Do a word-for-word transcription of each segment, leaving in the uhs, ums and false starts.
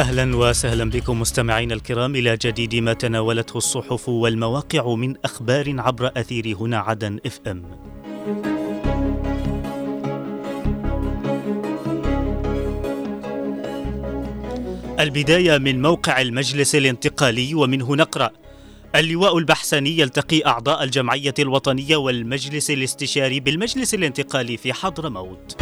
أهلا وسهلا بكم مستمعين الكرام إلى جديد ما تناولته الصحف والمواقع من أخبار عبر أثير هنا عدن اف ام. البداية من موقع المجلس الانتقالي، ومنه نقرأ: اللواء البحسني يلتقي أعضاء الجمعية الوطنية والمجلس الاستشاري بالمجلس الانتقالي في حضرموت.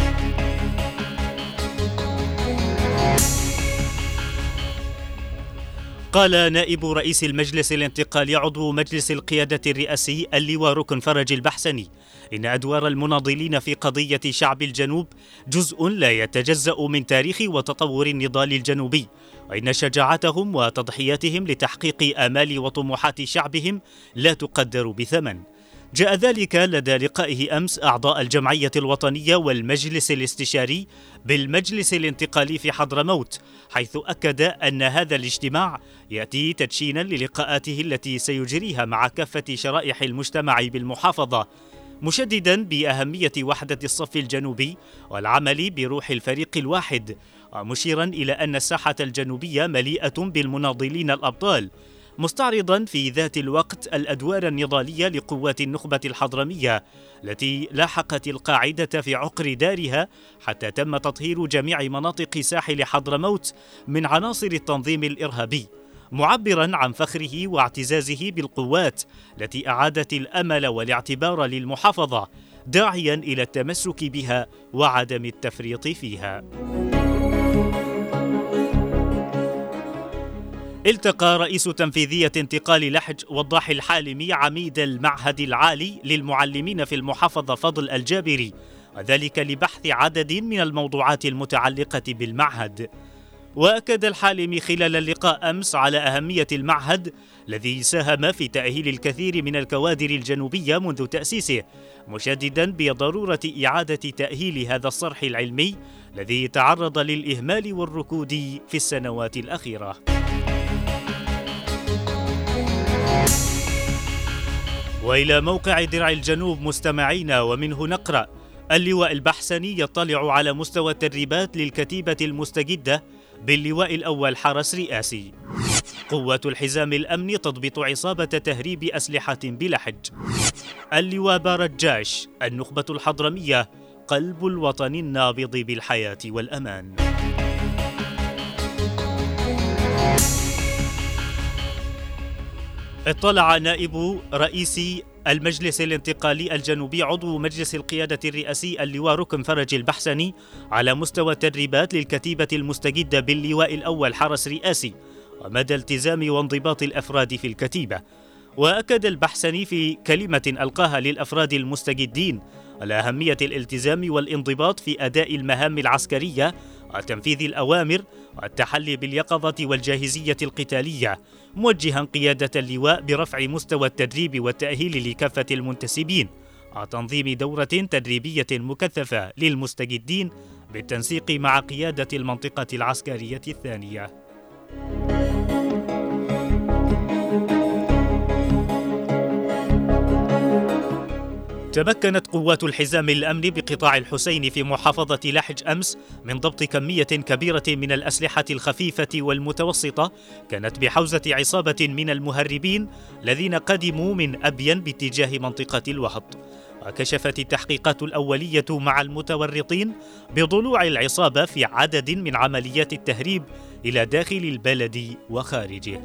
قال نائب رئيس المجلس الانتقالي عضو مجلس القيادة الرئاسي اللواء ركن فرج البحسني إن أدوار المناضلين في قضية شعب الجنوب جزء لا يتجزأ من تاريخ وتطور النضال الجنوبي، وإن شجاعتهم وتضحياتهم لتحقيق آمال وطموحات شعبهم لا تقدر بثمن. جاء ذلك لدى لقائه أمس أعضاء الجمعية الوطنية والمجلس الاستشاري بالمجلس الانتقالي في حضرموت، حيث أكد أن هذا الاجتماع يأتي تدشينا للقاءاته التي سيجريها مع كافة شرائح المجتمع بالمحافظة، مشددا بأهمية وحدة الصف الجنوبي والعمل بروح الفريق الواحد، ومشيرا إلى أن الساحة الجنوبية مليئة بالمناضلين الأبطال، مستعرضا في ذات الوقت الأدوار النضالية لقوات النخبة الحضرمية التي لاحقت القاعدة في عقر دارها حتى تم تطهير جميع مناطق ساحل حضرموت من عناصر التنظيم الإرهابي، معبرا عن فخره واعتزازه بالقوات التي أعادت الأمل والاعتبار للمحافظة، داعيا إلى التمسك بها وعدم التفريط فيها. التقى رئيس تنفيذية انتقال لحج وضاح الحالمي عميد المعهد العالي للمعلمين في المحافظة فضل الجابري، وذلك لبحث عدد من الموضوعات المتعلقة بالمعهد. وأكد الحالمي خلال اللقاء أمس على أهمية المعهد الذي ساهم في تأهيل الكثير من الكوادر الجنوبية منذ تأسيسه، مشددا بضرورة إعادة تأهيل هذا الصرح العلمي الذي تعرض للإهمال والركود في السنوات الأخيرة. وإلى موقع درع الجنوب مستمعينا، ومنه نقرأ: اللواء البحسني يطلع على مستوى التدريبات للكتيبة المستجدة باللواء الأول حرس رئاسي. قوات الحزام الأمني تضبط عصابة تهريب أسلحة بلحج. اللواء بارجاش: النخبة الحضرمية قلب الوطن النابض بالحياة والأمان. اطلع نائب رئيس المجلس الانتقالي الجنوبي عضو مجلس القيادة الرئاسي اللواء ركن فرج البحسني على مستوى التدريبات للكتيبة المستجدة باللواء الأول حرس رئاسي ومدى التزام وانضباط الأفراد في الكتيبة. وأكد البحسني في كلمة ألقاها للأفراد المستجدين على أهمية الالتزام والانضباط في أداء المهام العسكرية وتنفيذ الأوامر والتحلي باليقظة والجاهزية القتالية، موجها قيادة اللواء برفع مستوى التدريب والتأهيل لكافة المنتسبين وتنظيم دورة تدريبية مكثفة للمستجدين بالتنسيق مع قيادة المنطقة العسكرية الثانية. تمكنت قوات الحزام الأمني بقطاع الحسين في محافظة لحج أمس من ضبط كمية كبيرة من الأسلحة الخفيفة والمتوسطة كانت بحوزة عصابة من المهربين الذين قدموا من أبين باتجاه منطقة الوهط. وكشفت التحقيقات الأولية مع المتورطين بضلوع العصابة في عدد من عمليات التهريب إلى داخل البلد وخارجه.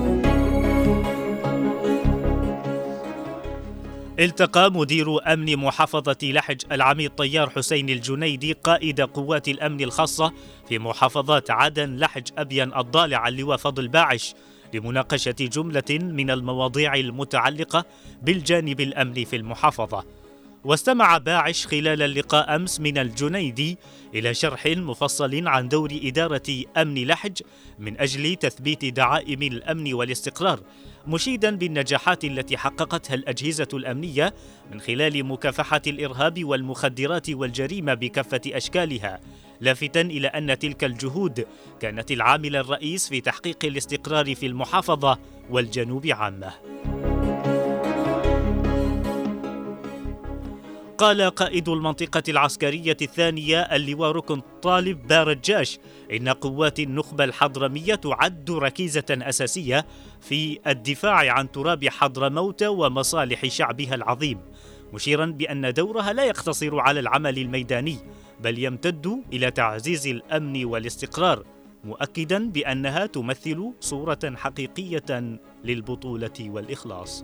التقى مدير أمن محافظة لحج العميد طيار حسين الجنيدي قائد قوات الأمن الخاصة في محافظات عدن لحج أبين الضالع اللواء فضل باعش لمناقشة جملة من المواضيع المتعلقة بالجانب الأمني في المحافظة. واستمع باعش خلال اللقاء أمس من الجنيدي إلى شرح مفصل عن دور إدارة أمن لحج من أجل تثبيت دعائم الأمن والاستقرار، مشيدا بالنجاحات التي حققتها الأجهزة الأمنية من خلال مكافحة الإرهاب والمخدرات والجريمة بكافة أشكالها، لافتا إلى أن تلك الجهود كانت العامل الرئيس في تحقيق الاستقرار في المحافظة والجنوب عامة. قال قائد المنطقة العسكرية الثانية اللواء ركن طالب بارجاش إن قوات النخبة الحضرمية تعد ركيزة أساسية في الدفاع عن تراب حضرموت ومصالح شعبها العظيم، مشيرا بأن دورها لا يقتصر على العمل الميداني بل يمتد إلى تعزيز الأمن والاستقرار، مؤكدا بأنها تمثل صورة حقيقية للبطولة والإخلاص.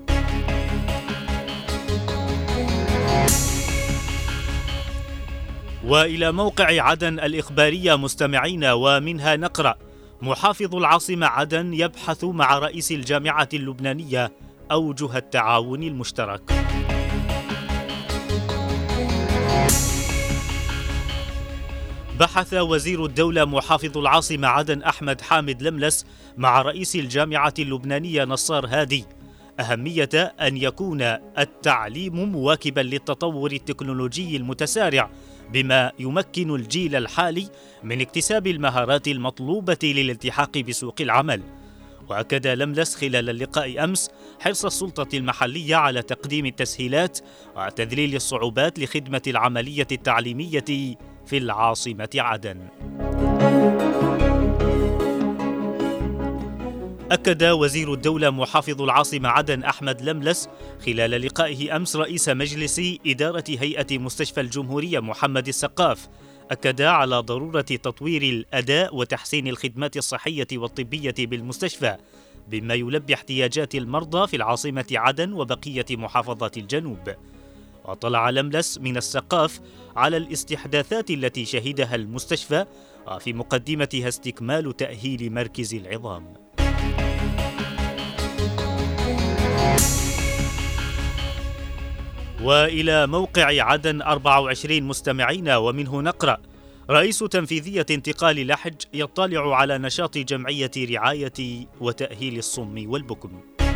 وإلى موقع عدن الإخبارية مستمعين، ومنها نقرأ: محافظ العاصمة عدن يبحث مع رئيس الجامعة اللبنانية أوجه التعاون المشترك. بحث وزير الدولة محافظ العاصمة عدن أحمد حامد لملس مع رئيس الجامعة اللبنانية نصار هادي أهمية أن يكون التعليم مواكبا للتطور التكنولوجي المتسارع بما يمكن الجيل الحالي من اكتساب المهارات المطلوبة للالتحاق بسوق العمل. وأكد لملس خلال اللقاء أمس حرص السلطة المحلية على تقديم التسهيلات وتذليل الصعوبات لخدمة العملية التعليمية في العاصمة عدن. أكد وزير الدولة محافظ العاصمة عدن أحمد لملس خلال لقائه أمس رئيس مجلس إدارة هيئة مستشفى الجمهورية محمد السقاف، أكد على ضرورة تطوير الأداء وتحسين الخدمات الصحية والطبية بالمستشفى بما يلبي احتياجات المرضى في العاصمة عدن وبقية محافظات الجنوب. وطلع لملس من السقاف على الاستحداثات التي شهدها المستشفى وفي مقدمتها استكمال تأهيل مركز العظام. وإلى موقع عدن أربعة وعشرين مستمعين، ومنه نقرأ: رئيس تنفيذية انتقال لحج يطلع على نشاط جمعية رعاية وتأهيل الصم والبكم.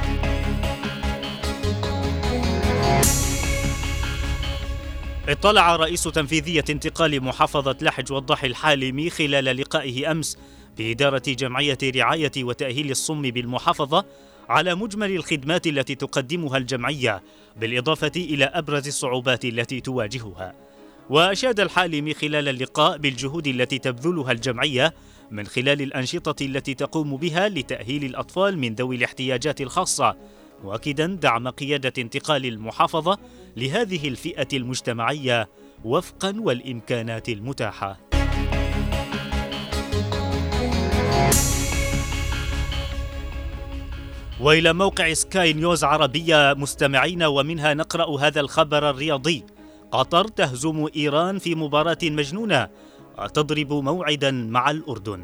اطلع رئيس تنفيذية انتقال محافظة لحج وضح الحالمي خلال لقائه أمس بإدارة جمعية رعاية وتأهيل الصم بالمحافظة على مجمل الخدمات التي تقدمها الجمعية بالإضافة إلى أبرز الصعوبات التي تواجهها. وأشاد الحالمي خلال اللقاء بالجهود التي تبذلها الجمعية من خلال الأنشطة التي تقوم بها لتأهيل الأطفال من ذوي الاحتياجات الخاصة، مؤكدا دعم قيادة انتقال المحافظة لهذه الفئة المجتمعية وفقا والإمكانات المتاحة. وإلى موقع سكاي نيوز عربية مستمعين، ومنها نقرأ هذا الخبر الرياضي: قطر تهزم إيران في مباراة مجنونة وتضرب موعدا مع الأردن.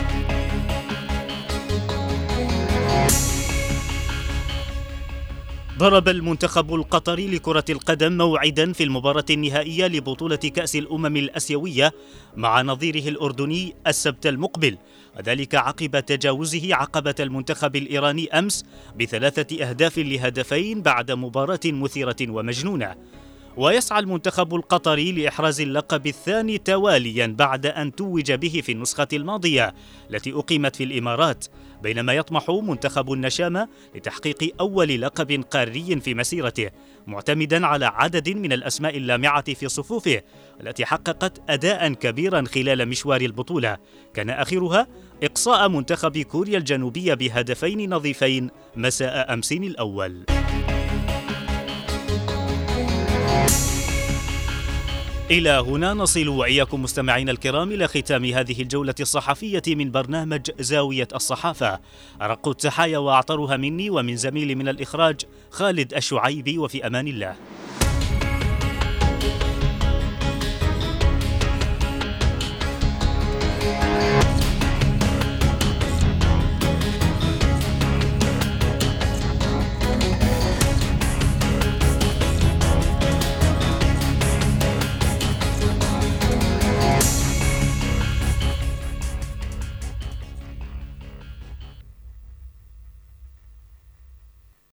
ضرب المنتخب القطري لكرة القدم موعدا في المباراة النهائية لبطولة كأس الأمم الآسيوية مع نظيره الأردني السبت المقبل، وذلك عقب تجاوزه عقبة المنتخب الإيراني أمس بثلاثة أهداف لهدفين بعد مباراة مثيرة ومجنونة. ويسعى المنتخب القطري لإحراز اللقب الثاني تواليا بعد أن توج به في النسخة الماضية التي أقيمت في الإمارات، بينما يطمح منتخب النشامة لتحقيق أول لقب قاري في مسيرته معتمدا على عدد من الأسماء اللامعة في صفوفه التي حققت أداء كبيرا خلال مشوار البطولة، كان آخرها إقصاء منتخب كوريا الجنوبية بهدفين نظيفين مساء أمس الأول. إلى هنا نصل وإياكم مستمعين الكرام إلى ختام هذه الجولة الصحفية من برنامج زاوية الصحافة. أرق التحايا وأعطرها مني ومن زميلي من الإخراج خالد الشعيبي، وفي أمان الله.